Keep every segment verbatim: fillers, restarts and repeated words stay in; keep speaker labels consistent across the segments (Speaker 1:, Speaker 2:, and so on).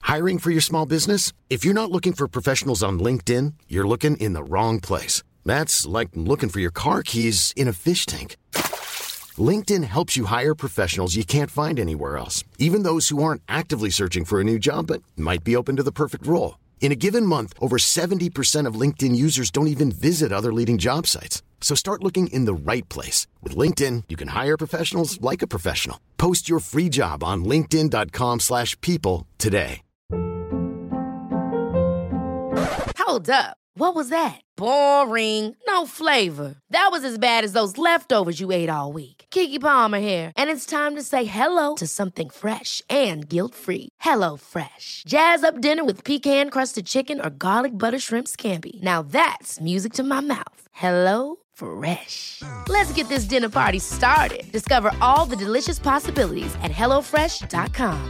Speaker 1: Hiring for your small business? If you're not looking for professionals on LinkedIn, you're looking in the wrong place. That's like looking for your car keys in a fish tank. LinkedIn helps you hire professionals you can't find anywhere else, even those who aren't actively searching for a new job but might be open to the perfect role. In a given month, over seventy percent of LinkedIn users don't even visit other leading job sites. So start looking in the right place. With LinkedIn, you can hire professionals like a professional. Post your free job on linkedin dot com slash people today.
Speaker 2: Hold up. What was that? Boring. No flavor. That was as bad as those leftovers you ate all week. Keke Palmer here, and it's time to say hello to something fresh and guilt-free. Hello Fresh. Jazz up dinner with pecan-crusted chicken or garlic butter shrimp scampi. Now that's music to my mouth. Hello Fresh. Let's get this dinner party started. Discover all the delicious possibilities at hello fresh dot com.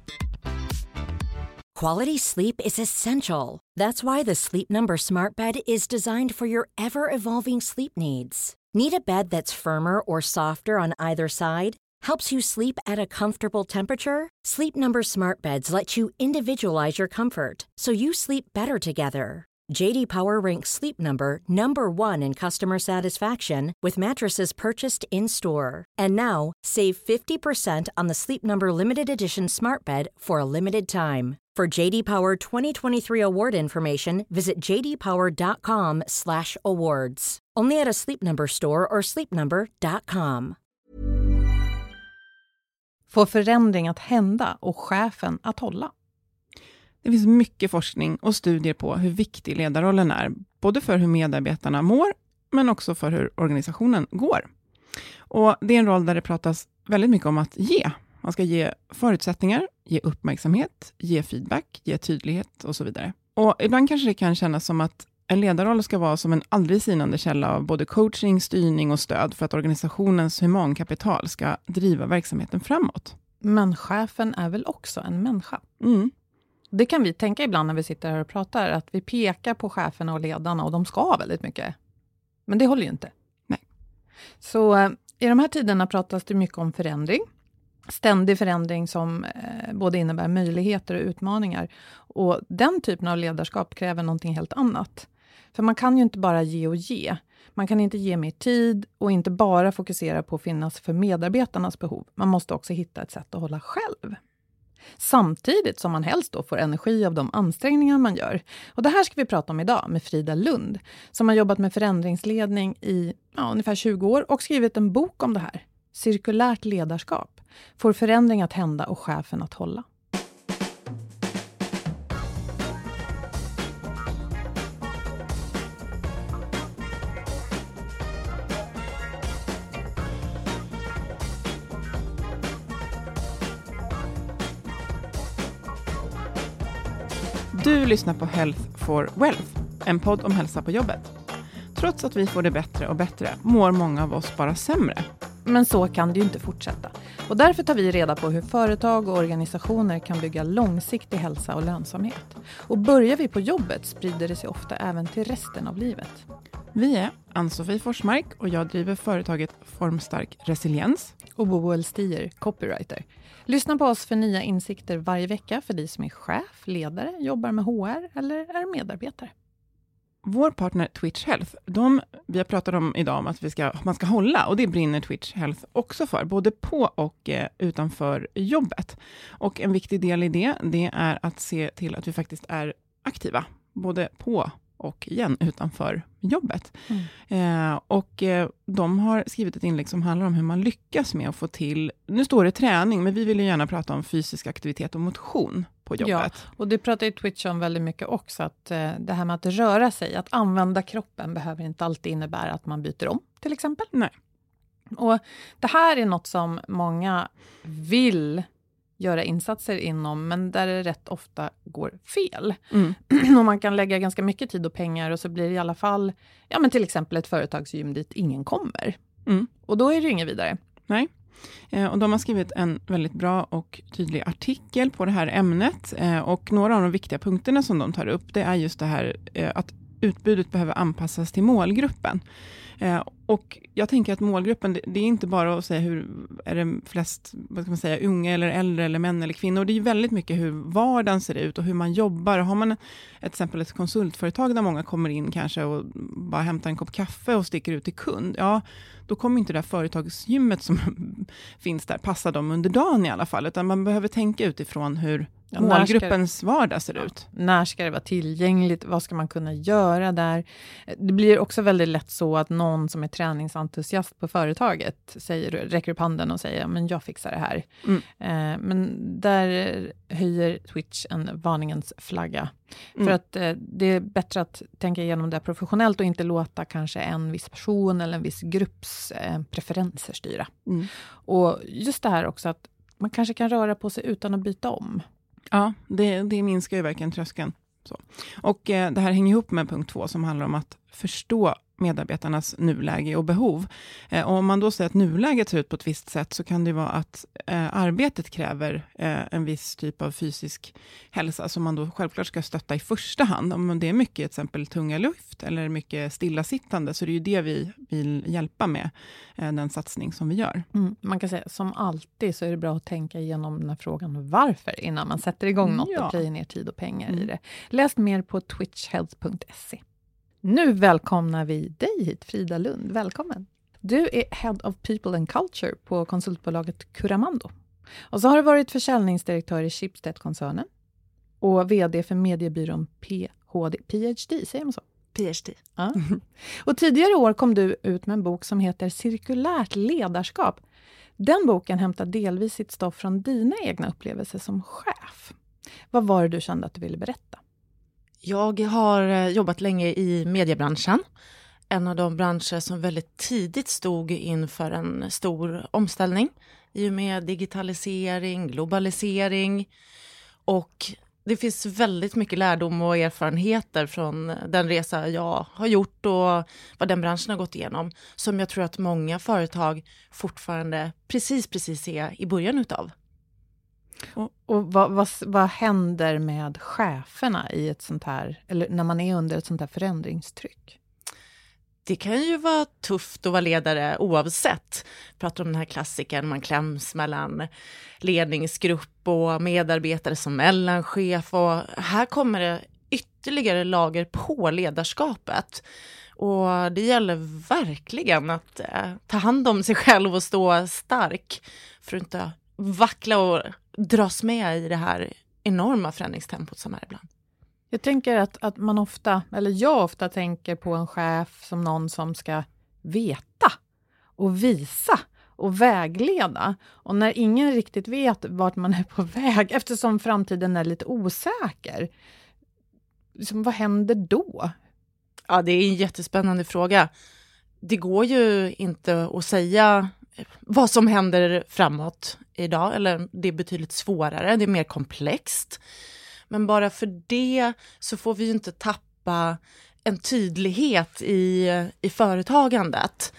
Speaker 3: Quality sleep is essential. That's why the Sleep Number Smart Bed is designed for your ever-evolving sleep needs. Need a bed that's firmer or softer on either side? Helps you sleep at a comfortable temperature? Sleep Number Smart Beds let you individualize your comfort, so you sleep better together. J D Power ranks Sleep Number number one in customer satisfaction with mattresses purchased in-store. And now, save fifty percent on the Sleep Number Limited Edition Smart Bed for a limited time. For J D Power twenty twenty-three award information, visit j d power dot com slash awards. Only at a Sleep Number store or sleep number dot com.
Speaker 4: Får förändring att hända och chefen att hålla.
Speaker 5: Det finns mycket forskning och studier på hur viktig ledarrollen är, både för hur medarbetarna mår, men också för hur organisationen går. Och det är en roll där det pratas väldigt mycket om att ge. Man ska ge förutsättningar, ge uppmärksamhet, ge feedback, ge tydlighet och så vidare. Och ibland kanske det kan kännas som att en ledarroll ska vara som en aldrig sinande källa av både coaching, styrning och stöd för att organisationens humankapital ska driva verksamheten framåt.
Speaker 4: Men chefen är väl också en människa?
Speaker 5: Mm.
Speaker 4: Det kan vi tänka ibland när vi sitter här och pratar, att vi pekar på cheferna och ledarna och de ska ha väldigt mycket. Men det håller ju inte.
Speaker 5: Nej.
Speaker 4: Så eh, i de här tiderna pratas det mycket om förändring. Ständig förändring som eh, både innebär möjligheter och utmaningar. Och den typen av ledarskap kräver någonting helt annat. För man kan ju inte bara ge och ge. Man kan inte ge mer tid och inte bara fokusera på att finnas för medarbetarnas behov. Man måste också hitta ett sätt att hålla själv. Samtidigt som man helst då får energi av de ansträngningar man gör. Och det här ska vi prata om idag med Frida Lund, som har jobbat med förändringsledning i ja, ungefär tjugo år och skrivit en bok om det här. Cirkulärt ledarskap. Får förändring att hända och chefen att hålla.
Speaker 5: Du lyssnar på Health for Wealth, en podd om hälsa på jobbet. Trots att vi får det bättre och bättre mår många av oss bara sämre.
Speaker 4: Men så kan det ju inte fortsätta. Och därför tar vi reda på hur företag och organisationer kan bygga långsiktig hälsa och lönsamhet. Och börjar vi på jobbet sprider det sig ofta även till resten av livet.
Speaker 5: Vi är Ann-Sofie Forsmark och jag driver företaget Formstark Resiliens.
Speaker 4: Och Boel Stier, copywriter. Lyssna på oss för nya insikter varje vecka för dig som är chef, ledare, jobbar med H R eller är medarbetare.
Speaker 5: Vår partner Twitch Health, de, vi har pratat om idag om att vi ska, man ska hålla, och det brinner Twitch Health också för, både på och eh, utanför jobbet. Och en viktig del i det, det är att se till att vi faktiskt är aktiva, både på och igen utanför jobbet. Mm. Eh, och eh, de har skrivit ett inlägg som handlar om hur man lyckas med att få till, nu står det träning, men vi vill ju gärna prata om fysisk aktivitet och motion på jobbet.
Speaker 4: Ja, och det pratar ju Twitch om väldigt mycket också, att eh, det här med att röra sig, att använda kroppen behöver inte alltid innebära att man byter om, till exempel.
Speaker 5: Nej.
Speaker 4: Och det här är något som många vill göra insatser inom, men där det rätt ofta går fel. Mm. Och man kan lägga ganska mycket tid och pengar och så blir det i alla fall, ja men till exempel ett företagsgym dit ingen kommer. Mm. Och då är det ju inget vidare.
Speaker 5: Nej. Eh, och de har skrivit en väldigt bra och tydlig artikel på det här ämnet. Eh, och några av de viktiga punkterna som de tar upp, det är just det här eh, att utbudet behöver anpassas till målgruppen. Eh, och jag tänker att målgruppen, det, det är inte bara att säga hur är det flest, vad ska man säga, unga eller äldre eller män eller kvinnor. Det är ju väldigt mycket hur vardagen ser ut och hur man jobbar. Har man ett, ett exempel ett konsultföretag där många kommer in kanske och bara hämtar en kopp kaffe och sticker ut till kund, ja, då kommer inte det där företagsgymmet som finns där passa dem under dagen i alla fall, utan man behöver tänka utifrån hur ja, målgruppens ska, vardag ser ut.
Speaker 4: Ja, när ska det vara tillgängligt? Vad ska man kunna göra där? Det blir också väldigt lätt så att någon som är träningsentusiast på företaget säger, räcker upp handen och säger men jag fixar det här. Mm. Eh, men där höjer Twitch en varningens flagga. Mm. För att eh, det är bättre att tänka igenom det professionellt och inte låta kanske en viss person eller en viss grupps eh, preferenser styra. Mm. Och just det här också att man kanske kan röra på sig utan att byta om.
Speaker 5: Ja, det, det minskar ju verkligen tröskeln. Så. Och eh, det här hänger ihop med punkt två som handlar om att förstå medarbetarnas nuläge och behov. Eh, och om man då säger att nuläget ser ut på ett visst sätt så kan det vara att eh, arbetet kräver eh, en viss typ av fysisk hälsa som man då självklart ska stötta i första hand. Om det är mycket till exempel tunga luft eller mycket stillasittande så är det ju det vi vill hjälpa med eh, den satsning som vi gör.
Speaker 4: Mm, man kan säga som alltid så är det bra att tänka igenom den här frågan varför innan man sätter igång något ja. och plöjer ner tid och pengar mm. i det. Läs mer på twitch health punkt se. Nu välkomnar vi dig hit, Frida Lund. Välkommen. Du är Head of People and Culture på konsultbolaget Curamando. Och så har du varit försäljningsdirektör i Schibsted-koncernen och vd för mediebyrån P H D, P H D, säger man så?
Speaker 6: P H D.
Speaker 4: Ja. Och tidigare år kom du ut med en bok som heter Cirkulärt ledarskap. Den boken hämtar delvis sitt stoff från dina egna upplevelser som chef. Vad var det du kände att du ville berätta?
Speaker 6: Jag har jobbat länge i mediebranschen. En av de branscher som väldigt tidigt stod inför en stor omställning. I och med digitalisering, globalisering. Och det finns väldigt mycket lärdom och erfarenheter från den resa jag har gjort och vad den branschen har gått igenom. Som jag tror att många företag fortfarande precis, precis är i början utav.
Speaker 4: Och, och vad, vad, vad händer med cheferna i ett sånt här, eller när man är under ett sånt här förändringstryck?
Speaker 6: Det kan ju vara tufft att vara ledare oavsett. Jag pratar om den här klassikern, man kläms mellan ledningsgrupp och medarbetare som mellanchef. Och här kommer det ytterligare lager på ledarskapet. Och det gäller verkligen att eh, ta hand om sig själv och stå stark för att inte vackla och dras med i det här enorma förändringstempot som är ibland.
Speaker 4: Jag tänker att, att man ofta, eller jag ofta tänker på en chef som någon som ska veta och visa och vägleda. Och när ingen riktigt vet vart man är på väg, eftersom framtiden är lite osäker, liksom, vad händer då?
Speaker 6: Ja, det är en jättespännande fråga. Det går ju inte att säga vad som händer framåt idag, eller det är betydligt svårare, det är mer komplext. Men bara för det så får vi ju inte tappa en tydlighet i, i företagandet.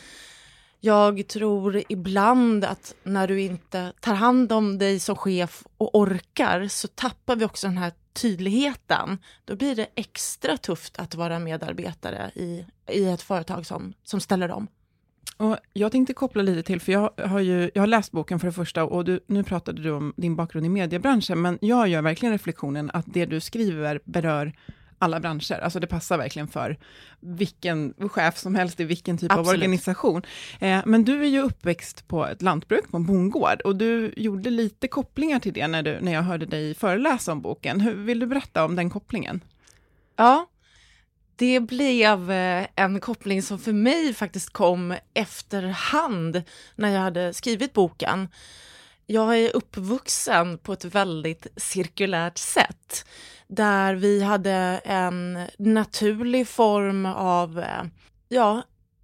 Speaker 6: Jag tror ibland att när du inte tar hand om dig som chef och orkar så tappar vi också den här tydligheten. Då blir det extra tufft att vara medarbetare i, i ett företag som, som ställer om.
Speaker 5: Och jag tänkte koppla lite till, för jag har ju jag har läst boken för det första och du, nu pratade du om din bakgrund i mediebranschen, men jag gör verkligen reflektionen att det du skriver berör alla branscher. Alltså det passar verkligen för vilken chef som helst i vilken typ Absolut. Av organisation. Eh, men du är ju uppväxt på ett lantbruk, på en bondgård, och du gjorde lite kopplingar till det när, du, när jag hörde dig föreläsa om boken. Hur, vill du berätta om den kopplingen?
Speaker 6: Ja. Det blev en koppling som för mig faktiskt kom efterhand när jag hade skrivit boken. Jag är uppvuxen på ett väldigt cirkulärt sätt. Där vi hade en naturlig form av, ja,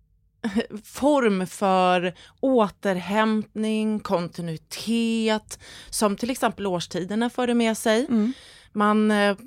Speaker 6: form för återhämtning, kontinuitet, som till exempel årstiderna förde med sig. Mm. Man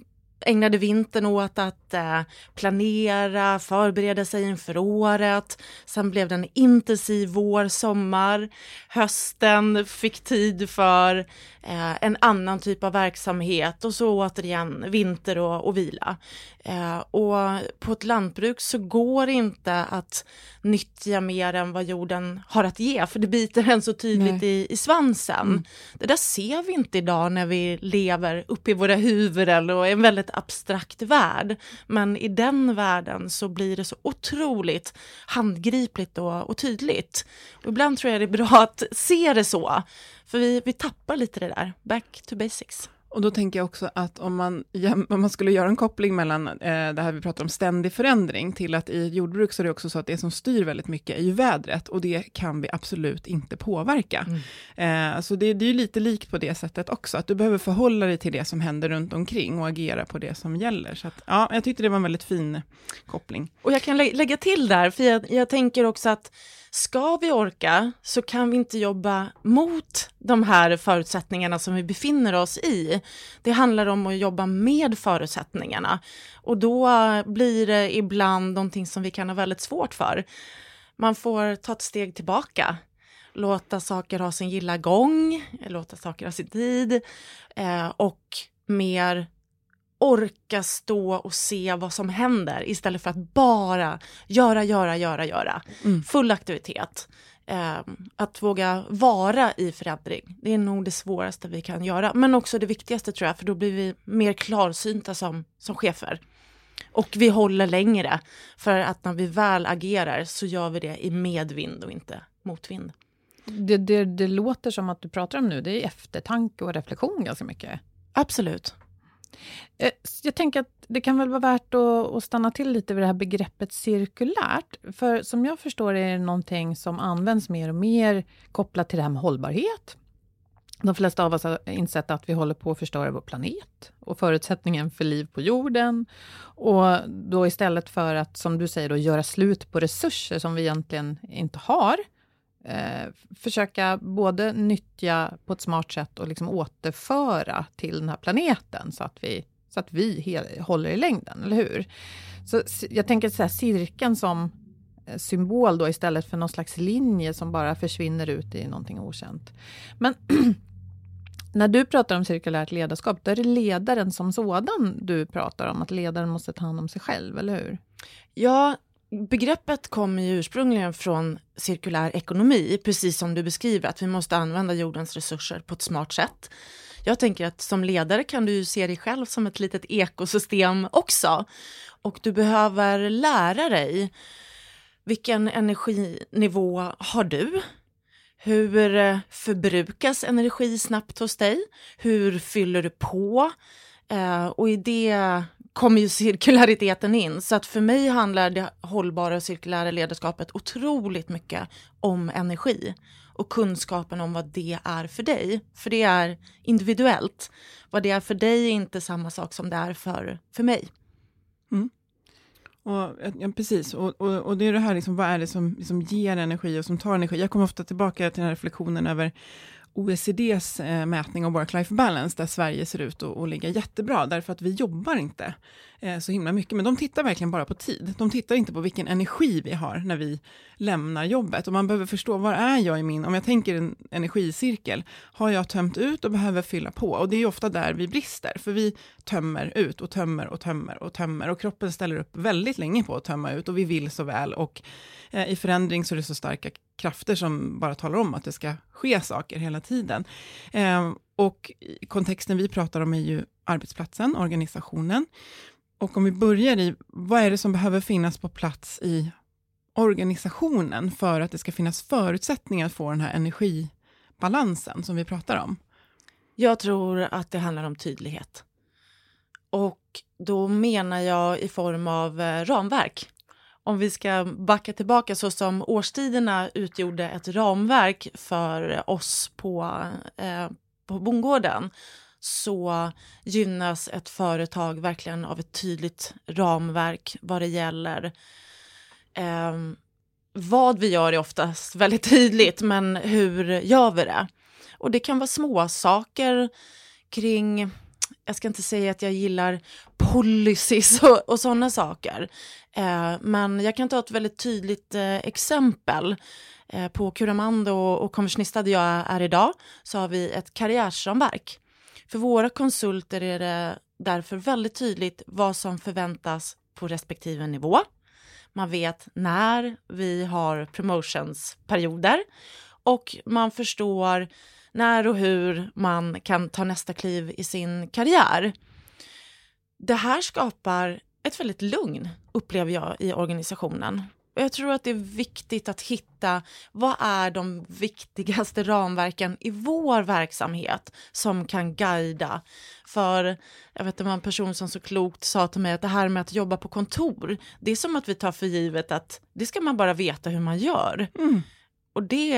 Speaker 6: ägnade vintern åt att eh, planera, förbereda sig inför året. Sen blev det en intensiv vår, sommar. Hösten fick tid för eh, en annan typ av verksamhet och så återigen vinter och, och vila. Eh, och på ett lantbruk så går det inte att nyttja mer än vad jorden har att ge, för det biter en så tydligt i, i svansen. Mm. Det där ser vi inte idag när vi lever uppe i våra huvuden och är en väldigt abstrakt värld. Men i den världen så blir det så otroligt handgripligt och, och tydligt. Och ibland tror jag det är bra att se det så, för vi, vi tappar lite det där. Back to basics.
Speaker 5: Och då tänker jag också att om man, om man skulle göra en koppling mellan eh, det här vi pratar om ständig förändring till att i jordbruk så är det också så att det som styr väldigt mycket är ju vädret, och det kan vi absolut inte påverka. Mm. Eh, så det, det är ju lite likt på det sättet också, att du behöver förhålla dig till det som händer runt omkring och agera på det som gäller. Så att, ja, jag tyckte det var en väldigt fin koppling.
Speaker 6: Och jag kan lä- lägga till där, för jag, jag tänker också att ska vi orka så kan vi inte jobba mot de här förutsättningarna som vi befinner oss i. Det handlar om att jobba med förutsättningarna. Och då blir det ibland någonting som vi kan ha väldigt svårt för. Man får ta ett steg tillbaka. Låta saker ha sin gilla gång. Låta saker ha sin tid. Eh, och mer orka stå och se vad som händer istället för att bara göra, göra, göra, göra. Mm. Full aktivitet. Eh, att våga vara i förändring. Det är nog det svåraste vi kan göra. Men också det viktigaste tror jag, för då blir vi mer klarsynta som, som chefer. Och vi håller längre, för att när vi väl agerar så gör vi det i medvind och inte motvind.
Speaker 4: Det, det, det låter som att du pratar om nu, det är eftertanke och reflektion ganska mycket.
Speaker 6: Absolut.
Speaker 4: Jag tänker att det kan väl vara värt att, att stanna till lite vid det här begreppet cirkulärt. För som jag förstår är det någonting som används mer och mer kopplat till det här med hållbarhet. De flesta av oss har insett att vi håller på att förstöra vår planet och förutsättningen för liv på jorden. Och då istället för att, som du säger, då, göra slut på resurser som vi egentligen inte har, Eh, försöka både nyttja på ett smart sätt och liksom återföra till den här planeten så att vi, så att vi he- håller i längden, eller hur? Så jag tänker så här, cirkeln som symbol då istället för någon slags linje som bara försvinner ut i någonting okänt. Men när du pratar om cirkulärt ledarskap, då är det ledaren som sådan du pratar om, att ledaren måste ta hand om sig själv, eller hur?
Speaker 6: Ja, begreppet kommer ju ursprungligen från cirkulär ekonomi, precis som du beskriver, att vi måste använda jordens resurser på ett smart sätt. Jag tänker att som ledare kan du ju se dig själv som ett litet ekosystem också. Och du behöver lära dig, vilken energinivå har du? Hur förbrukas energi snabbt hos dig? Hur fyller du på? Eh, och i det kommer ju cirkulariteten in. Så att för mig handlar det hållbara och cirkulära ledarskapet otroligt mycket om energi. Och kunskapen om vad det är för dig. För det är individuellt. Vad det är för dig är inte samma sak som det är för, för mig.
Speaker 5: Mm. Och, ja, precis, och, och, och det är det här, liksom, vad är det som liksom ger energi och som tar energi? Jag kommer ofta tillbaka till den här reflektionen över O E C D:s eh, mätning av work-life balance, där Sverige ser ut att, att ligga jättebra, därför att vi jobbar inte eh, så himla mycket, men de tittar verkligen bara på tid. De tittar inte på vilken energi vi har när vi lämnar jobbet, och man behöver förstå, var är jag i min, om jag tänker en energicirkel, har jag tömt ut och behöver fylla på, och det är ofta där vi brister, för vi tömmer ut och tömmer och tömmer och tömmer, och kroppen ställer upp väldigt länge på att tömma ut, och vi vill så väl, och eh, i förändring så är det så starka krafter som bara talar om att det ska ske saker hela tiden. Eh, och kontexten vi pratar om är ju arbetsplatsen, organisationen. Och om vi börjar i, vad är det som behöver finnas på plats i organisationen för att det ska finnas förutsättningar att få den här energibalansen som vi pratar om?
Speaker 6: Jag tror att det handlar om tydlighet. Och då menar jag i form av eh, ramverk. Om vi ska backa tillbaka, så som årstiderna utgjorde ett ramverk för oss på, eh, på bondgården, så gynnas ett företag verkligen av ett tydligt ramverk vad det gäller. Eh, vad vi gör är oftast väldigt tydligt, men hur gör vi det? Och det kan vara små saker kring jag ska inte säga att jag gillar policies och, och sådana saker. Eh, men jag kan ta ett väldigt tydligt eh, exempel. Eh, på Curamando och, och Konversionista där jag är idag så har vi ett karriärsramverk. För våra konsulter är det därför väldigt tydligt vad som förväntas på respektive nivå. Man vet när vi har promotionsperioder och man förstår när och hur man kan ta nästa kliv i sin karriär. Det här skapar ett väldigt lugn, upplever jag, i organisationen. Och jag tror att det är viktigt att hitta vad är de viktigaste ramverken i vår verksamhet som kan guida. För jag vet, det var en person som så klokt sa till mig att det här med att jobba på kontor, det är som att vi tar för givet att det ska man bara veta hur man gör. Mm. Och det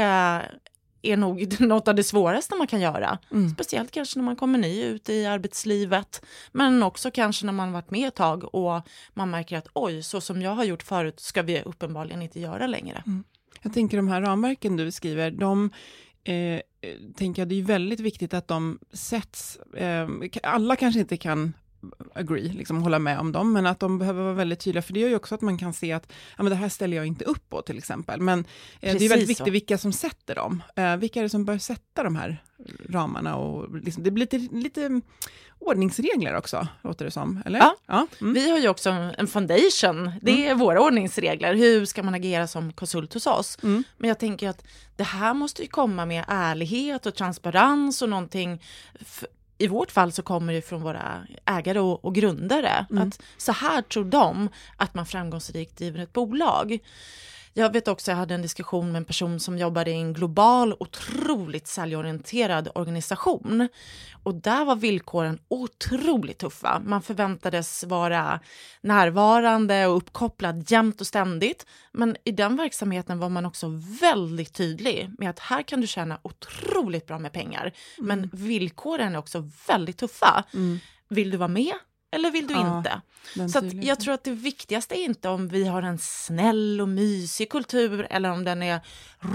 Speaker 6: är nog något av det svåraste man kan göra. Mm. Speciellt kanske när man kommer ny ut i arbetslivet. Men också kanske när man varit med ett tag och man märker att oj, så som jag har gjort förut ska vi uppenbarligen inte göra längre. Mm.
Speaker 5: Jag tänker de här ramverken du skriver, de eh, tänker jag det är väldigt viktigt att de sätts. Eh, alla kanske inte kan agree, liksom hålla med om dem, men att de behöver vara väldigt tydliga, för det gör ju också att man kan se att ja, men det här ställer jag inte upp på till exempel, men eh, det är väldigt viktigt vilka som sätter dem. Eh, vilka är det som bör sätta de här ramarna och liksom, det blir lite, lite ordningsregler också, låter det som, eller?
Speaker 6: Ja,
Speaker 5: ja. Mm.
Speaker 6: Vi har ju också en foundation, det är mm. våra ordningsregler, hur ska man agera som konsult hos oss? Mm. Men jag tänker att det här måste ju komma med ärlighet och transparens och någonting. F- I vårt fall så kommer det från våra ägare och, och grundare. Mm. Att så här tror de att man framgångsrikt driver ett bolag. Jag vet också, jag hade en diskussion med en person som jobbade i en global, otroligt säljorienterad organisation. Och där var villkoren otroligt tuffa. Man förväntades vara närvarande och uppkopplad jämt och ständigt. Men i den verksamheten var man också väldigt tydlig med att här kan du tjäna otroligt bra med pengar. Mm. Men villkoren är också väldigt tuffa. Mm. Vill du vara med? Eller vill du ja, inte? Så att jag tror att det viktigaste är inte om vi har en snäll och mysig kultur eller om den är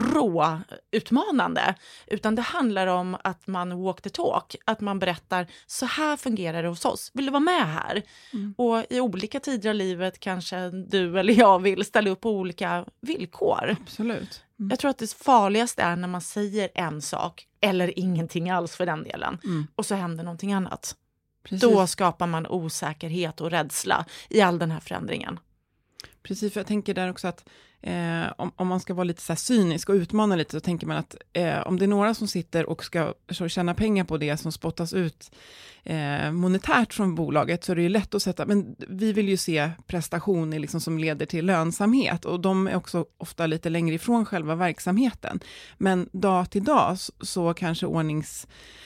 Speaker 6: rå, utmanande. Utan det handlar om att man walk the talk. Att man berättar, så här fungerar det hos oss. Vill du vara med här? Mm. Och i olika tider av livet kanske du eller jag vill ställa upp på olika villkor.
Speaker 5: Absolut. Mm.
Speaker 6: Jag tror att det farligaste är när man säger en sak eller ingenting alls för den delen. Mm. Och så händer någonting annat. Precis. Då skapar man osäkerhet och rädsla i all den här förändringen.
Speaker 5: Precis, för jag tänker där också att eh, om, om man ska vara lite så här cynisk och utmana lite, så tänker man att eh, om det är några som sitter och ska så tjäna pengar på det som spottas ut eh, monetärt från bolaget, så är det ju lätt att sätta, men vi vill ju se prestationer liksom som leder till lönsamhet, och de är också ofta lite längre ifrån själva verksamheten. Men dag till dag så, så kanske ordnings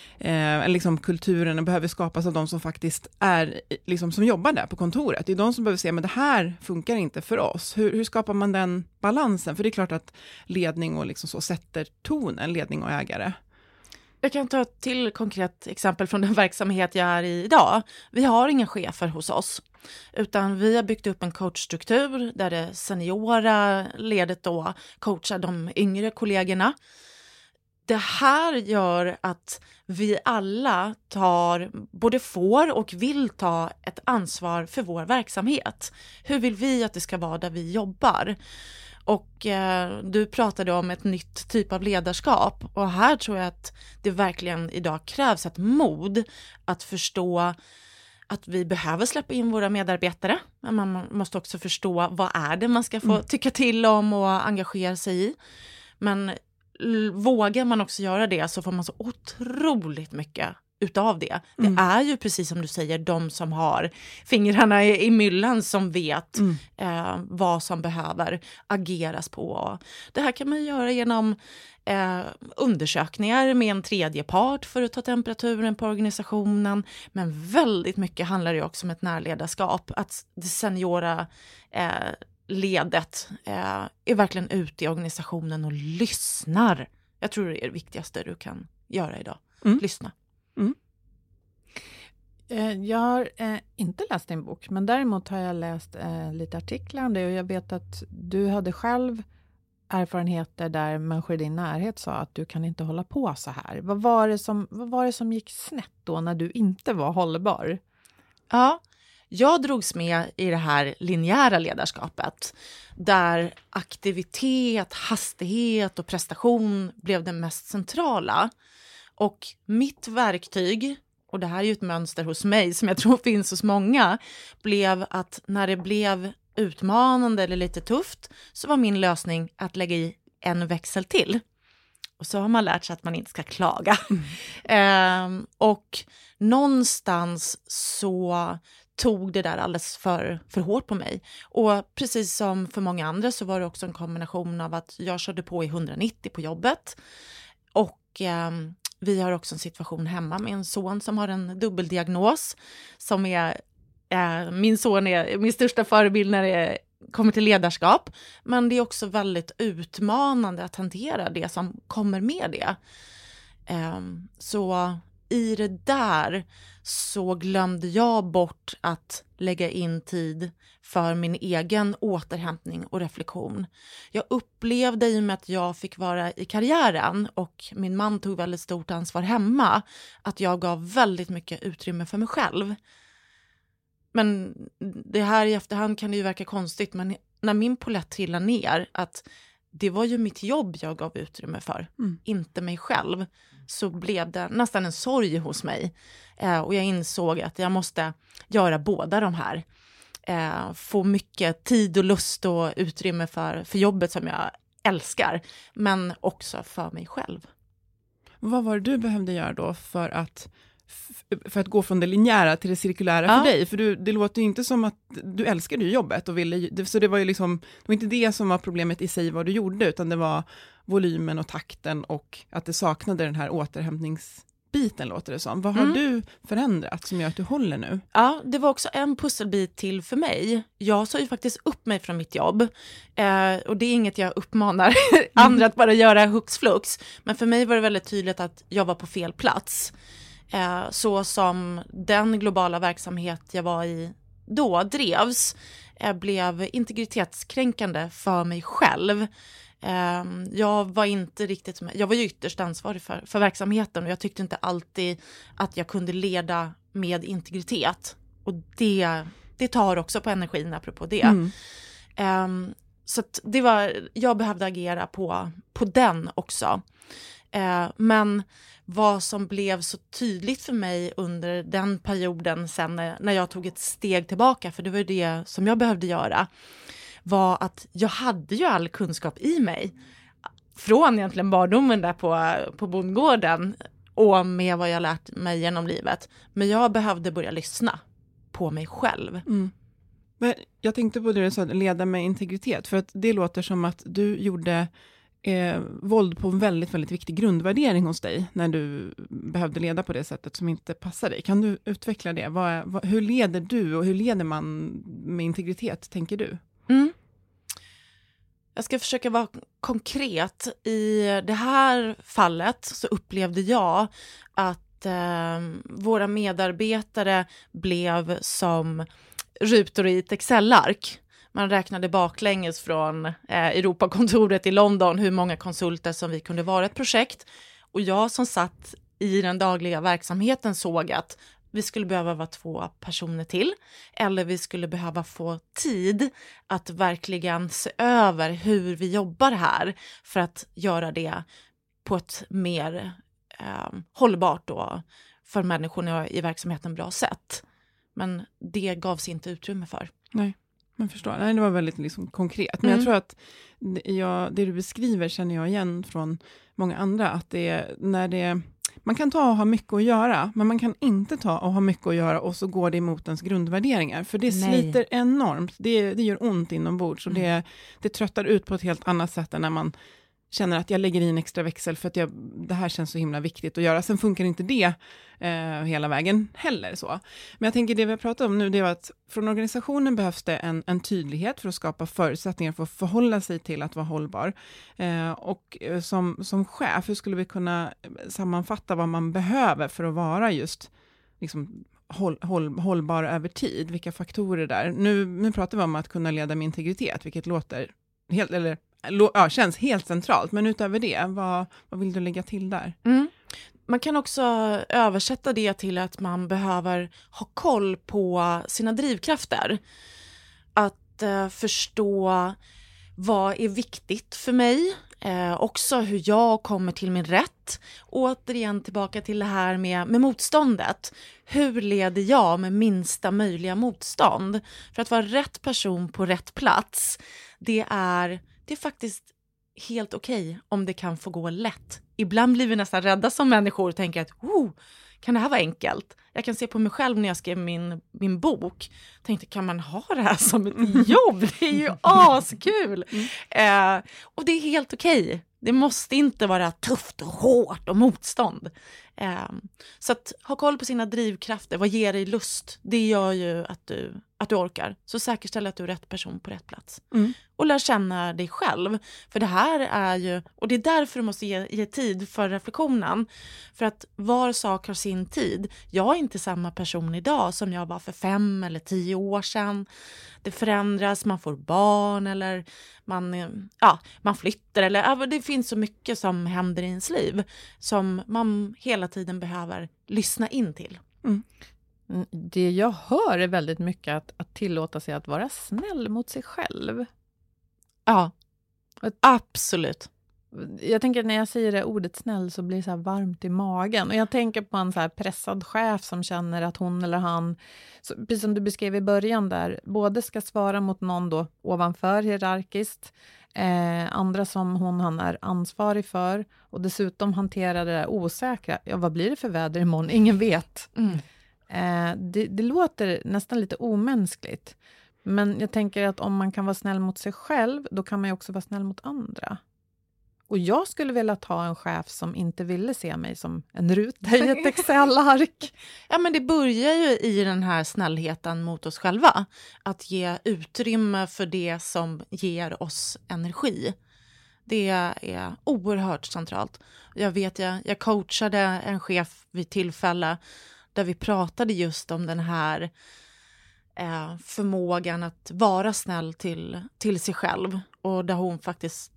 Speaker 5: Eh, liksom kulturen behöver skapas av de som faktiskt är liksom, som jobbar där på kontoret. Det är de som behöver se, men det här funkar inte för oss. Hur, hur skapar man den balansen? För det är klart att ledning och liksom så sätter tonen, ledning och ägare.
Speaker 6: Jag kan ta ett till konkret exempel från den verksamhet jag är i idag. Vi har inga chefer hos oss, utan vi har byggt upp en coachstruktur där det seniora ledet då coachar de yngre kollegorna. Det här gör att vi alla tar, både får och vill ta ett ansvar för vår verksamhet. Hur vill vi att det ska vara där vi jobbar? Och eh, du pratade om ett nytt typ av ledarskap. Och här tror jag att det verkligen idag krävs ett mod att förstå att vi behöver släppa in våra medarbetare. Men man måste också förstå vad är det man ska få mm. tycka till om och engagera sig i. Men vågar man också göra det så får man så otroligt mycket utav det. Mm. Det är ju precis som du säger, de som har fingrarna i, i myllan som vet mm. eh, vad som behöver ageras på. Det här kan man göra genom eh, undersökningar med en tredje part för att ta temperaturen på organisationen. Men väldigt mycket handlar det också om ett närledarskap. Att det seniora eh, ledet eh, är verkligen ute i organisationen och lyssnar. Jag tror det är det viktigaste du kan göra idag. Mm. Lyssna.
Speaker 4: Mm. Jag har eh, inte läst din bok, men däremot har jag läst eh, lite artiklar om det, och jag vet att du hade själv erfarenheter där människor i din närhet sa att du kan inte hålla på så här? Vad var det som, vad var det som gick snett då när du inte var hållbar?
Speaker 6: Ja, jag drogs med i det här linjära ledarskapet där aktivitet, hastighet och prestation blev det mest centrala. Och mitt verktyg, och det här är ju ett mönster hos mig som jag tror finns hos många, blev att när det blev utmanande eller lite tufft så var min lösning att lägga i en växel till. Och så har man lärt sig att man inte ska klaga. Mm. eh, och någonstans så tog det där alldeles för, för hårt på mig. Och precis som för många andra så var det också en kombination av att jag körde på i hundranittio på jobbet. Och eh, vi har också en situation hemma med en son som har en dubbeldiagnos. Som är, eh, min son är min största förebild när det kommer till ledarskap. Men det är också väldigt utmanande att hantera det som kommer med det. Eh, så i det där så glömde jag bort att lägga in tid för min egen återhämtning och reflektion. Jag upplevde i och med att jag fick vara i karriären och min man tog väldigt stort ansvar hemma att jag gav väldigt mycket utrymme för mig själv. Men det här i efterhand kan det ju verka konstigt, men när min polett trillade ner att det var ju mitt jobb jag gav utrymme för, mm. inte mig själv, så blev det nästan en sorg hos mig. Eh, och jag insåg att jag måste göra båda de här. Eh, få mycket tid och lust och utrymme för, för jobbet som jag älskar, men också för mig själv.
Speaker 5: Vad var det du behövde göra då för att, för att gå från det linjära till det cirkulära
Speaker 6: ja.
Speaker 5: för dig? För du, det låter ju inte som att du älskade jobbet. Och ville, så det var ju liksom, det var inte det som var problemet i sig vad du gjorde, utan det var volymen och takten och att det saknade den här återhämtningsbiten, låter det som. Vad har mm. du förändrat som gör att du håller nu?
Speaker 6: Ja, det var också en pusselbit till för mig. Jag sa ju faktiskt upp mig från mitt jobb. Eh, och det är inget jag uppmanar andra att bara göra hux flux. Men för mig var det väldigt tydligt att jag var på fel plats. Eh, så som den globala verksamhet jag var i då drevs eh, blev integritetskränkande för mig själv. Eh, jag var inte riktigt, jag var ju ytterst ansvarig för, för verksamheten och jag tyckte inte alltid att jag kunde leda med integritet. Och det, det tar också på energin apropå det. Mm. Eh, så att det var, jag behövde agera på, på den också. Eh, men vad som blev så tydligt för mig under den perioden sen när jag tog ett steg tillbaka, för det var det som jag behövde göra, var att jag hade ju all kunskap i mig från egentligen barndomen där på, på bondgården och med vad jag lärt mig genom livet. Men jag behövde börja lyssna på mig själv. Mm.
Speaker 5: Men jag tänkte på det du sa, leda med integritet, för att det låter som att du gjorde Eh, våld på en väldigt, väldigt viktig grundvärdering hos dig när du behövde leda på det sättet som inte passar dig. Kan du utveckla det? Vad, vad, hur leder du och hur leder man med integritet, tänker du?
Speaker 6: Mm. Jag ska försöka vara konkret. I det här fallet så upplevde jag att eh, våra medarbetare blev som rutor i ett Excel-ark. Man räknade baklänges från eh, Europakontoret i London hur många konsulter som vi kunde vara ett projekt. Och jag som satt i den dagliga verksamheten såg att vi skulle behöva vara två personer till. Eller vi skulle behöva få tid att verkligen se över hur vi jobbar här. För att göra det på ett mer eh, hållbart och för människorna i verksamheten bra sätt. Men det gavs inte utrymme för.
Speaker 5: Nej. Man förstår. Nej, det var väldigt liksom konkret. Men mm. jag tror att jag, det du beskriver känner jag igen från många andra. Att det är när det, man kan ta och ha mycket att göra, men man kan inte ta och ha mycket att göra och så går det emot ens grundvärderingar. För det Nej. sliter enormt. Det, det gör ont inombords och mm. det, det tröttar ut på ett helt annat sätt än när man känner att jag lägger in extra växel för att jag, det här känns så himla viktigt att göra. Sen funkar inte det eh, hela vägen heller så. Men jag tänker det vi har pratat om nu, det är att från organisationen behövs det en, en tydlighet för att skapa förutsättningar för att förhålla sig till att vara hållbar. Eh, och eh, som, som chef, hur skulle vi kunna sammanfatta vad man behöver för att vara just liksom håll, håll, hållbar över tid? Vilka faktorer där? Nu, nu pratar vi om att kunna leda med integritet, vilket låter helt, eller ja, känns helt centralt. Men utöver det, vad, vad vill du lägga till där?
Speaker 6: Mm. Man kan också översätta det till att man behöver ha koll på sina drivkrafter. Att eh, förstå vad är viktigt för mig. Eh, också hur jag kommer till min rätt. Återigen tillbaka till det här med, med motståndet. Hur leder jag med minsta möjliga motstånd? För att vara rätt person på rätt plats, det är, det är faktiskt helt okej okay om det kan få gå lätt. Ibland blir vi nästan rädda som människor och tänker att oh, kan det här vara enkelt? Jag kan se på mig själv när jag skrev min, min bok. Tänkte, kan man ha det här som ett jobb? Det är ju askul! Mm. Eh, och det är helt okej. Okay. Det måste inte vara tufft och hårt och motstånd. Eh, så att ha koll på sina drivkrafter. Vad ger dig lust? Det gör ju att du, att du orkar. Så säkerställ att du är rätt person på rätt plats. Mm. Och lär känna dig själv. För det här är ju... Och det är därför du måste ge, ge tid för reflektionen. För att var sak har sin tid. Jag är inte samma person idag som jag var för fem eller tio år sedan. Det förändras, man får barn eller man, ja, man flyttar. Eller, det finns så mycket som händer i ens liv som man hela tiden behöver lyssna in till.
Speaker 4: Mm. Det jag hör är väldigt mycket att, att tillåta sig att vara snäll mot sig själv.
Speaker 6: Ja, absolut.
Speaker 4: Jag tänker när jag säger det ordet snäll så blir det så här varmt i magen. Och jag tänker på en så här pressad chef som känner att hon eller han, så, precis som du beskrev i början där, både ska svara mot någon då ovanför hierarkiskt, eh, andra som hon han är ansvarig för och dessutom hantera det där osäkra. Ja, vad blir det för väder imorgon? Ingen vet. Mm. Eh, det, det låter nästan lite omänskligt. Men jag tänker att om man kan vara snäll mot sig själv, då kan man ju också vara snäll mot andra. Och jag skulle vilja ta en chef som inte ville se mig som en ruta i ett Excel-ark.
Speaker 6: Ja, men det börjar ju i den här snällheten mot oss själva. Att ge utrymme för det som ger oss energi. Det är oerhört centralt. Jag vet, jag, jag coachade en chef vid tillfälle där vi pratade just om den här eh, förmågan att vara snäll till, till sig själv. Och där hon faktiskt...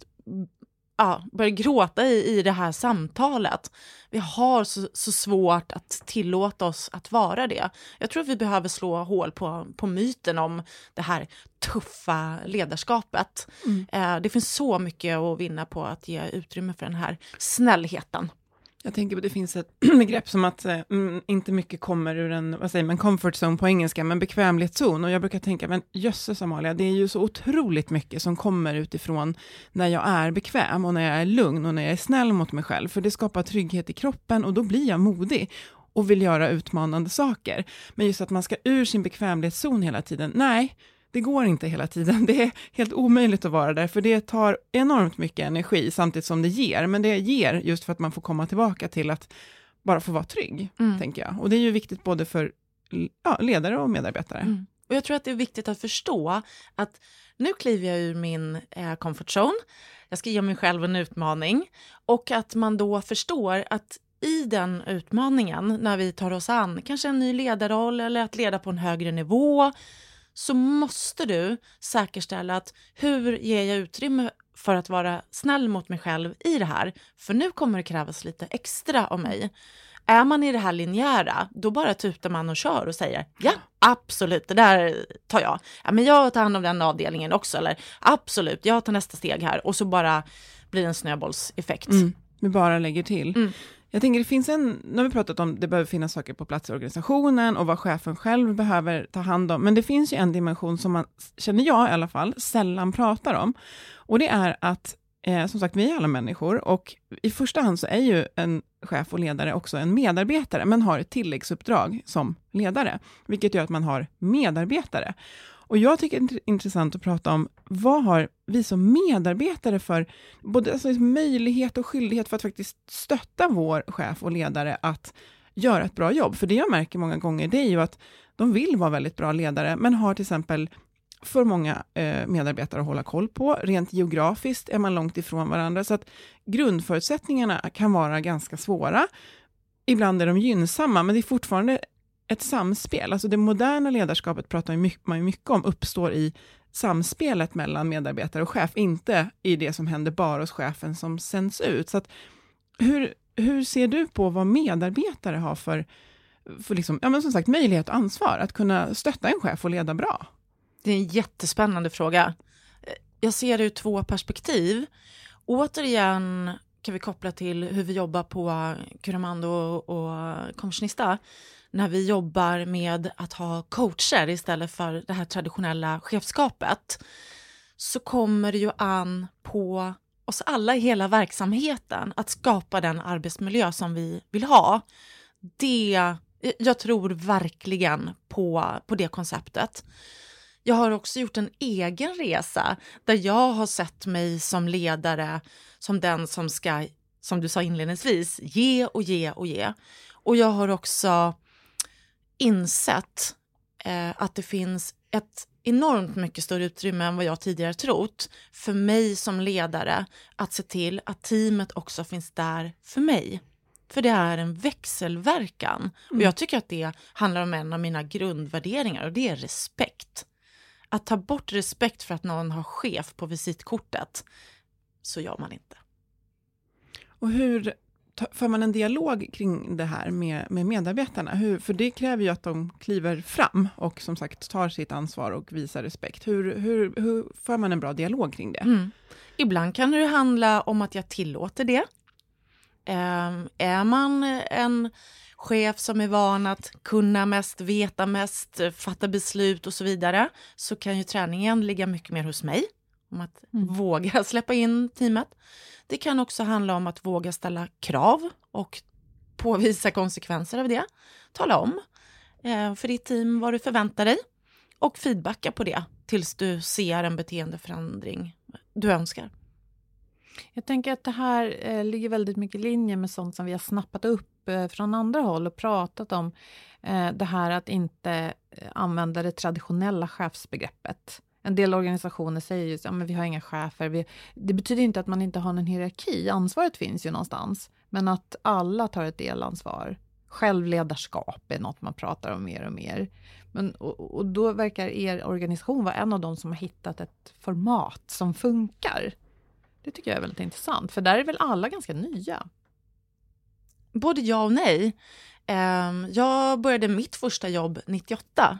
Speaker 6: Ja, börjar gråta i, i det här samtalet. Vi har så, så svårt att tillåta oss att vara det. Jag tror att vi behöver slå hål på, på myten om det här tuffa ledarskapet. Mm. Eh, det finns så mycket att vinna på att ge utrymme för den här snällheten.
Speaker 5: Jag tänker att det finns ett begrepp som att äh, inte mycket kommer ur en, vad säger man, comfort zone på engelska, men bekvämlighetszon. Och jag brukar tänka, men jösses Amalia, det är ju så otroligt mycket som kommer utifrån när jag är bekväm och när jag är lugn och när jag är snäll mot mig själv. För det skapar trygghet i kroppen och då blir jag modig och vill göra utmanande saker. Men just att man ska ur sin bekvämlighetszon hela tiden, nej, det går inte hela tiden. Det är helt omöjligt att vara där, för det tar enormt mycket energi samtidigt som det ger. Men det ger just för att man får komma tillbaka till att bara få vara trygg, mm. tänker jag. Och det är ju viktigt både för ja, ledare och medarbetare. Mm.
Speaker 6: Och jag tror att det är viktigt att förstå att nu kliver jag ur min eh, comfort zone. Jag ska ge mig själv en utmaning. Och att man då förstår att i den utmaningen, när vi tar oss an kanske en ny ledarroll eller att leda på en högre nivå, så måste du säkerställa att hur ger jag utrymme för att vara snäll mot mig själv i det här? För nu kommer det krävas lite extra av mig. Är man i det här linjära, då bara tutar man och kör och säger ja, absolut, det där tar jag. Ja, men jag tar hand om den avdelningen också. Eller absolut, jag tar nästa steg här. Och så bara blir det en snöbollseffekt.
Speaker 5: Mm, vi bara lägger till. Mm. Jag tänker det finns en, nu har vi pratat om det behöver finnas saker på plats i organisationen och vad chefen själv behöver ta hand om. Men det finns ju en dimension som man, känner jag i alla fall, sällan pratar om. Och det är att, eh, som sagt, vi är alla människor och i första hand så är ju en chef och ledare också en medarbetare, men har ett tilläggsuppdrag som ledare. Vilket gör att man har medarbetare. Och jag tycker det är intressant att prata om vad har vi som medarbetare för både alltså, möjlighet och skyldighet för att faktiskt stötta vår chef och ledare att göra ett bra jobb. För det jag märker många gånger det är ju att de vill vara väldigt bra ledare men har till exempel för många eh, medarbetare att hålla koll på. Rent geografiskt är man långt ifrån varandra så att grundförutsättningarna kan vara ganska svåra. Ibland är de gynnsamma men det är fortfarande ett samspel. Alltså det moderna ledarskapet pratar man ju mycket om uppstår i samspelet mellan medarbetare och chef, inte i det som händer bara hos chefen som sänds ut. Så att, hur, hur ser du på vad medarbetare har för, för liksom, ja, men som sagt, möjlighet och ansvar att kunna stötta en chef och leda bra?
Speaker 6: Det är en jättespännande fråga. Jag ser det ur två perspektiv. Återigen kan vi koppla till hur vi jobbar på Curamando och Kommissionista. När vi jobbar med att ha coacher istället för det här traditionella chefskapet, så kommer det ju an på oss alla i hela verksamheten att skapa den arbetsmiljö som vi vill ha. Det, jag tror verkligen på, på det konceptet. Jag har också gjort en egen resa där jag har sett mig som ledare, som den som ska, som du sa inledningsvis, ge och ge och ge. Och jag har också insett eh, att det finns ett enormt mycket större utrymme än vad jag tidigare trott för mig som ledare att se till att teamet också finns där för mig. För det är en växelverkan. Mm. Och jag tycker att det handlar om en av mina grundvärderingar, och det är respekt. Att ta bort respekt för att någon har chef på visitkortet, så gör man inte.
Speaker 5: Och hur för man en dialog kring det här med, med medarbetarna? Hur, för det kräver ju att de kliver fram och som sagt tar sitt ansvar och visar respekt. Hur, hur, hur får man en bra dialog kring det?
Speaker 6: Mm. Ibland kan det handla om att jag tillåter det. Um, är man en chef som är van att kunna mest, veta mest, fatta beslut och så vidare, så kan ju träningen ligga mycket mer hos mig. Om att mm. våga släppa in teamet. Det kan också handla om att våga ställa krav och påvisa konsekvenser av det. Tala om eh, för ditt team vad du förväntar dig och feedbacka på det tills du ser en beteendeförändring du önskar.
Speaker 4: Jag tänker att det här eh, ligger väldigt mycket i linje med sånt som vi har snappat upp eh, från andra håll och pratat om. Eh, det här att inte eh, använda det traditionella chefsbegreppet. En del organisationer säger ju att ja, vi har inga chefer. Vi, det betyder inte att man inte har en hierarki. Ansvaret finns ju någonstans. Men att alla tar ett delansvar. Självledarskap är något man pratar om mer och mer. Men, och, och då verkar er organisation vara en av de som har hittat ett format som funkar. Det tycker jag är väldigt intressant. För där är väl alla ganska nya.
Speaker 6: Både ja och nej. Jag började mitt första jobb nittioåtta.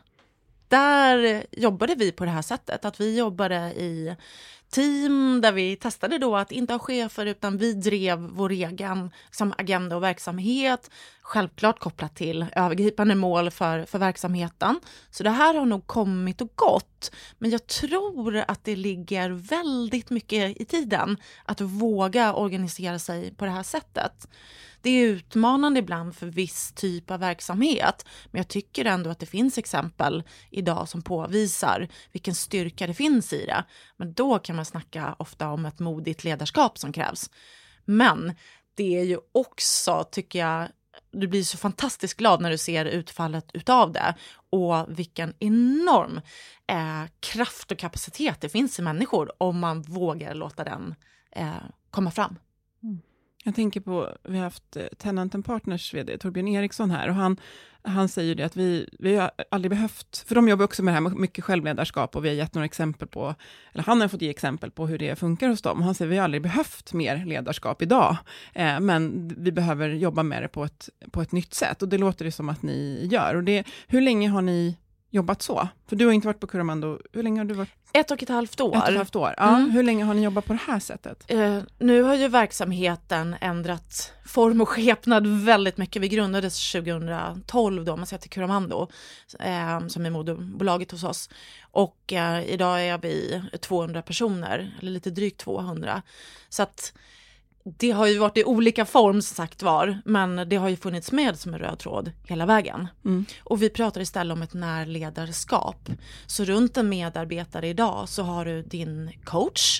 Speaker 6: Där jobbade vi på det här sättet. Att vi jobbade i team där vi testade då att inte ha chefer, utan vi drev vår egen som agenda och verksamhet. Självklart kopplat till övergripande mål för, för verksamheten. Så det här har nog kommit och gått. Men jag tror att det ligger väldigt mycket i tiden att våga organisera sig på det här sättet. Det är utmanande ibland för viss typ av verksamhet, men jag tycker ändå att det finns exempel idag som påvisar vilken styrka det finns i det. Men då kan man snacka ofta om ett modigt ledarskap som krävs. Men det är ju också, tycker jag, du blir så fantastiskt glad när du ser utfallet utav det och vilken enorm eh, kraft och kapacitet det finns i människor om man vågar låta den eh, komma fram.
Speaker 5: Mm. Jag tänker på, vi har haft Tenant and Partners vd Torbjörn Eriksson här, och han, han säger det att vi, vi har aldrig behövt, för de jobbar också med det här med mycket självledarskap, och vi har gett några exempel på, eller han har fått ge exempel på hur det funkar hos dem. Han säger vi har aldrig behövt mer ledarskap idag, eh, men vi behöver jobba med det på ett, på ett nytt sätt, och det låter det som att ni gör. Och det, hur länge har ni jobbat så? För du har inte varit på Curamando. Hur länge har du varit?
Speaker 6: Ett och ett halvt år.
Speaker 5: Ett och ett halvt år. Ja, mm. Hur länge har ni jobbat på det här sättet?
Speaker 6: Uh, nu har ju verksamheten ändrat form och skepnad väldigt mycket. Vi grundades tjugohundratolv då, man säger till Curamando, uh, som är moderbolaget hos oss. Och uh, idag är vi tvåhundra personer, eller lite drygt tvåhundra. Så att det har ju varit i olika form som sagt var, men det har ju funnits med som en röd tråd hela vägen. Mm. Och vi pratar istället om ett närledarskap. Så runt en medarbetare idag så har du din coach.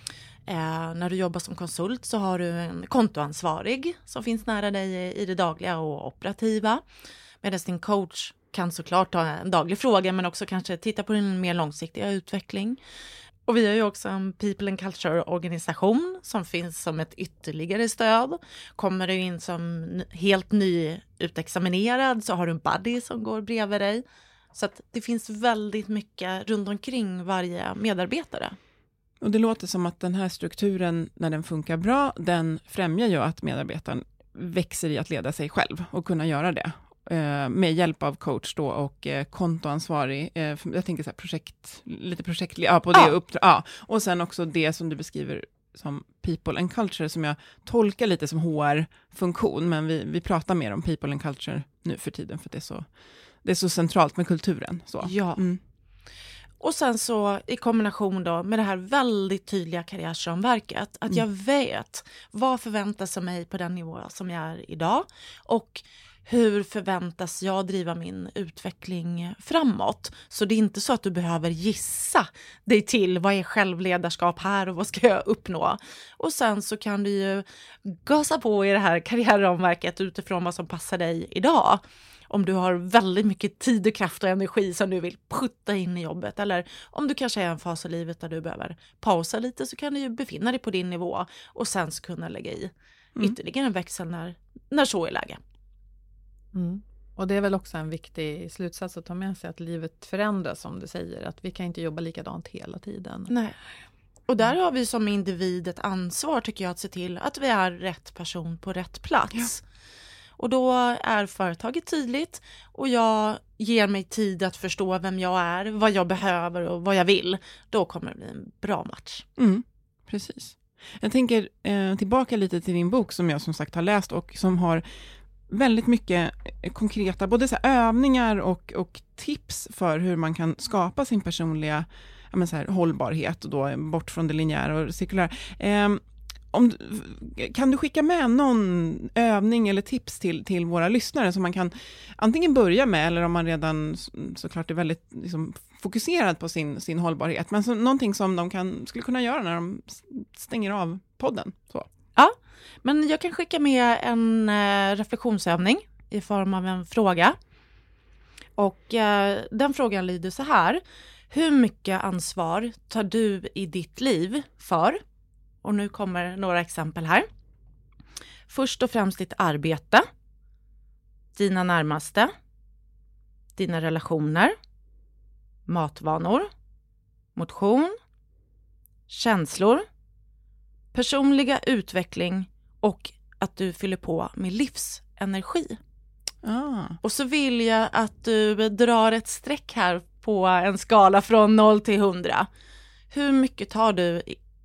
Speaker 6: Eh, när du jobbar som konsult så har du en kontoansvarig som finns nära dig i det dagliga och operativa. Medan din coach kan såklart ta en daglig fråga, men också kanske titta på din mer långsiktiga utveckling. Och vi har ju också en People and Culture-organisation som finns som ett ytterligare stöd. Kommer du in som helt nyutexaminerad så har du en buddy som går bredvid dig. Så att det finns väldigt mycket runt omkring varje medarbetare.
Speaker 5: Och det låter som att den här strukturen, när den funkar bra, den främjar ju att medarbetaren växer i att leda sig själv och kunna göra det. Eh, med hjälp av coach då och eh, kontoansvarig, eh, jag tänker så här projekt, lite projekt, ja, på det ja. uppdrag. Ja. Och sen också det som du beskriver som people and culture, som jag tolkar lite som H R-funktion, men vi, vi pratar mer om people and culture nu för tiden, för det är så, det är så centralt med kulturen. Så.
Speaker 6: Ja. Mm. Och sen så i kombination då med det här väldigt tydliga karriärsramverket, att mm. jag vet vad förväntas av mig på den nivå som jag är idag och hur förväntas jag driva min utveckling framåt. Så det är inte så att du behöver gissa dig till vad är självledarskap här och vad ska jag uppnå. Och sen så kan du ju gasa på i det här karriärramverket utifrån vad som passar dig idag. Om du har väldigt mycket tid och kraft och energi som du vill putta in i jobbet. Eller om du kanske är i en fas i livet där du behöver pausa lite, så kan du ju befinna dig på din nivå och sen så kunna lägga i mm. ytterligare en växel när, när så är läge.
Speaker 4: Mm. Och det är väl också en viktig slutsats att ta med sig, att livet förändras, som du säger. Att vi kan inte jobba likadant hela tiden.
Speaker 6: Nej. Och där har vi som individ ett ansvar, tycker jag, att se till att vi är rätt person på rätt plats. Ja. Och då är företaget tydligt och jag ger mig tid att förstå vem jag är, vad jag behöver och vad jag vill. Då kommer det bli en bra match.
Speaker 5: Mm, precis. Jag tänker eh, tillbaka lite till din bok som jag som sagt har läst och som har väldigt mycket konkreta både så här övningar och, och tips för hur man kan skapa sin personliga ja, men så här, hållbarhet och då bort från det linjära och cirkulära. Eh, Om, kan du skicka med någon övning eller tips till, till våra lyssnare som man kan antingen börja med, eller om man redan såklart är väldigt liksom, fokuserad på sin, sin hållbarhet, men så, någonting som de kan, skulle kunna göra när de stänger av podden? Så.
Speaker 6: Ja, men jag kan skicka med en eh, reflektionsövning i form av en fråga. Och eh, den frågan lyder så här: hur mycket ansvar tar du i ditt liv för? Och nu kommer några exempel här. Först och främst ditt arbete, dina närmaste, dina relationer, matvanor, motion, känslor, personliga utveckling och att du fyller på med livsenergi. Ah. Och så vill jag att du drar ett streck här på en skala från noll till hundra. Hur mycket tar du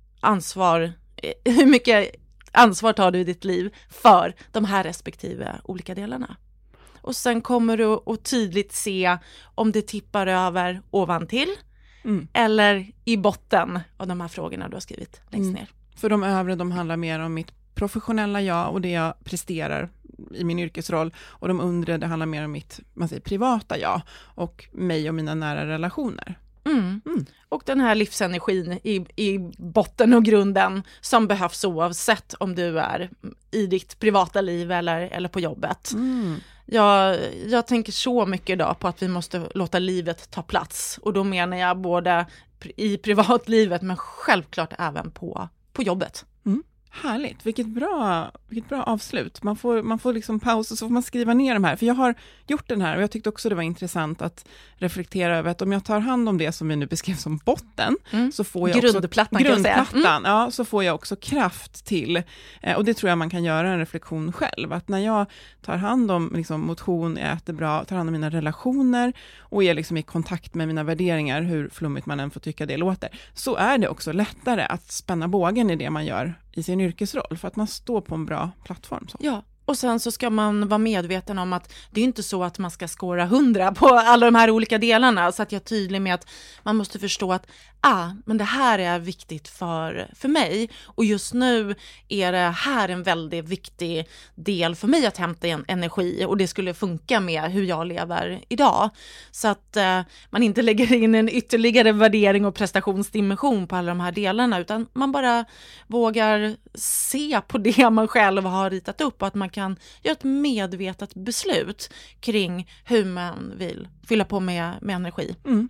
Speaker 6: ansvar, hur mycket ansvar tar du i ditt liv för de här respektive olika delarna? Och sen kommer du att tydligt se om det tippar över ovantill mm. eller i botten av de här frågorna du har skrivit längst mm. ner.
Speaker 5: För de övre, de handlar mer om mitt professionella jag och det jag presterar i min yrkesroll, och de undre, det handlar mer om mitt man säger, privata jag och mig och mina nära relationer.
Speaker 6: Mm. Mm. Och den här livsenergin i, i botten och grunden som behövs oavsett om du är i ditt privata liv eller, eller på jobbet. Mm. Jag, jag tänker så mycket idag på att vi måste låta livet ta plats, och då menar jag både i privatlivet men självklart även på, på jobbet.
Speaker 5: Mm. Härligt, vilket bra, vilket bra avslut. Man får, man får liksom paus och så får man skriva ner de här. För jag har gjort den här och jag tyckte också det var intressant att reflektera över att om jag tar hand om det som vi nu beskrev som botten mm. så får jag
Speaker 6: grundplattan,
Speaker 5: också grundplattan,
Speaker 6: kan jag säga.
Speaker 5: Mm. Ja, så får jag också kraft till, eh, och det tror jag man kan göra en reflektion själv. Att när jag tar hand om liksom, motion, äter bra, tar hand om mina relationer och är liksom i kontakt med mina värderingar, hur flummigt man än får tycka det låter, så är det också lättare att spänna bågen i det man gör i sin yrkesroll, för att man står på en bra plattform. Så.
Speaker 6: Ja, och sen så ska man vara medveten om att det är inte så att man ska skåra hundra på alla de här olika delarna, så att jag är tydlig med att man måste förstå att ah, men det här är viktigt för, för mig, och just nu är det här en väldigt viktig del för mig att hämta en energi, och det skulle funka med hur jag lever idag, så att eh, man inte lägger in en ytterligare värdering och prestationsdimension på alla de här delarna, utan man bara vågar se på det man själv har ritat upp, och att man kan göra ett medvetet beslut kring hur man vill fylla på med, med energi.
Speaker 5: Mm.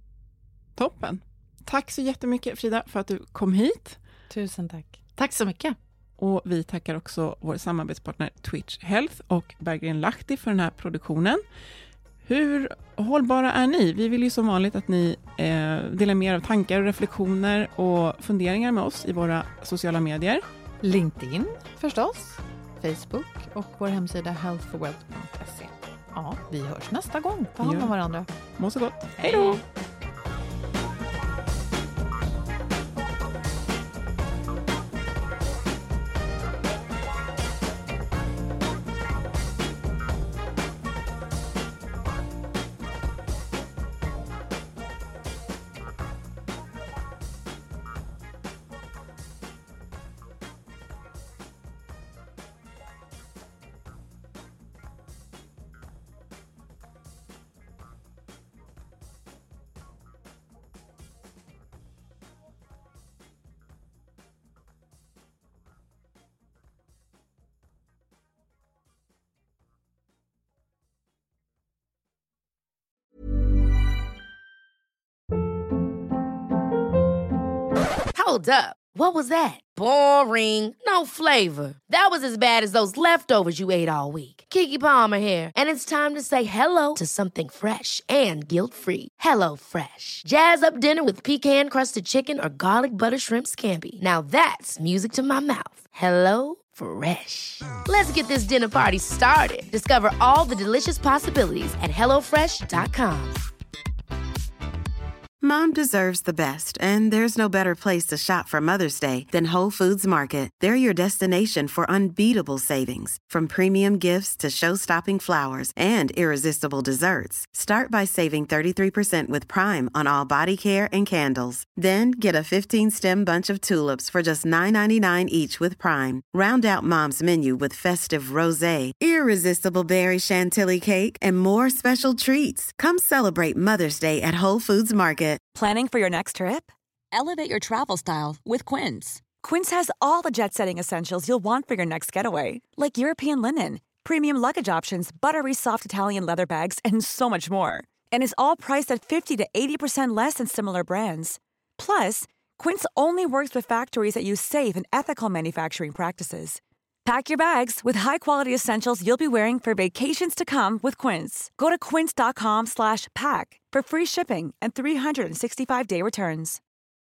Speaker 5: Toppen. Tack så jättemycket, Frida, för att du kom hit.
Speaker 4: Tusen tack.
Speaker 6: Tack så mycket.
Speaker 5: Och vi tackar också vår samarbetspartner Twitch Health och Berggren Lahti för den här produktionen. Hur hållbara är ni? Vi vill ju som vanligt att ni eh, delar med er av tankar, reflektioner och funderingar med oss i våra sociala medier.
Speaker 4: LinkedIn förstås, Facebook och vår hemsida health for wealth punkt se. Ja, vi hörs nästa gång. Ta hand om varandra.
Speaker 5: Må så gott. Hej då!
Speaker 2: Hold up. What was that? Boring. No flavor. That was as bad as those leftovers you ate all week. Keke Palmer here, and it's time to say hello to something fresh and guilt-free. Hello Fresh. Jazz up dinner with pecan-crusted chicken or garlic butter shrimp scampi. Now that's music to my mouth. Hello Fresh. Let's get this dinner party started. Discover all the delicious possibilities at hello fresh dot com.
Speaker 7: Mom deserves the best, and there's no better place to shop for Mother's Day than Whole Foods Market. They're your destination for unbeatable savings, from premium gifts to show-stopping flowers and irresistible desserts. Start by saving thirty-three percent with Prime on all body care and candles. Then get a fifteen-stem bunch of tulips for just nine ninety-nine each with Prime. Round out Mom's menu with festive rosé, irresistible berry chantilly cake, and more special treats. Come celebrate Mother's Day at Whole Foods Market.
Speaker 8: Planning for your next trip? Elevate your travel style with Quince. Quince has all the jet-setting essentials you'll want for your next getaway, like European linen, premium luggage options, buttery soft Italian leather bags, and so much more. And is all priced at fifty to eighty percent less than similar brands. Plus, Quince only works with factories that use safe and ethical manufacturing practices. Pack your bags with high-quality essentials you'll be wearing for vacations to come with Quince. Go to quince dot com slash pack for free shipping and three sixty-five day returns.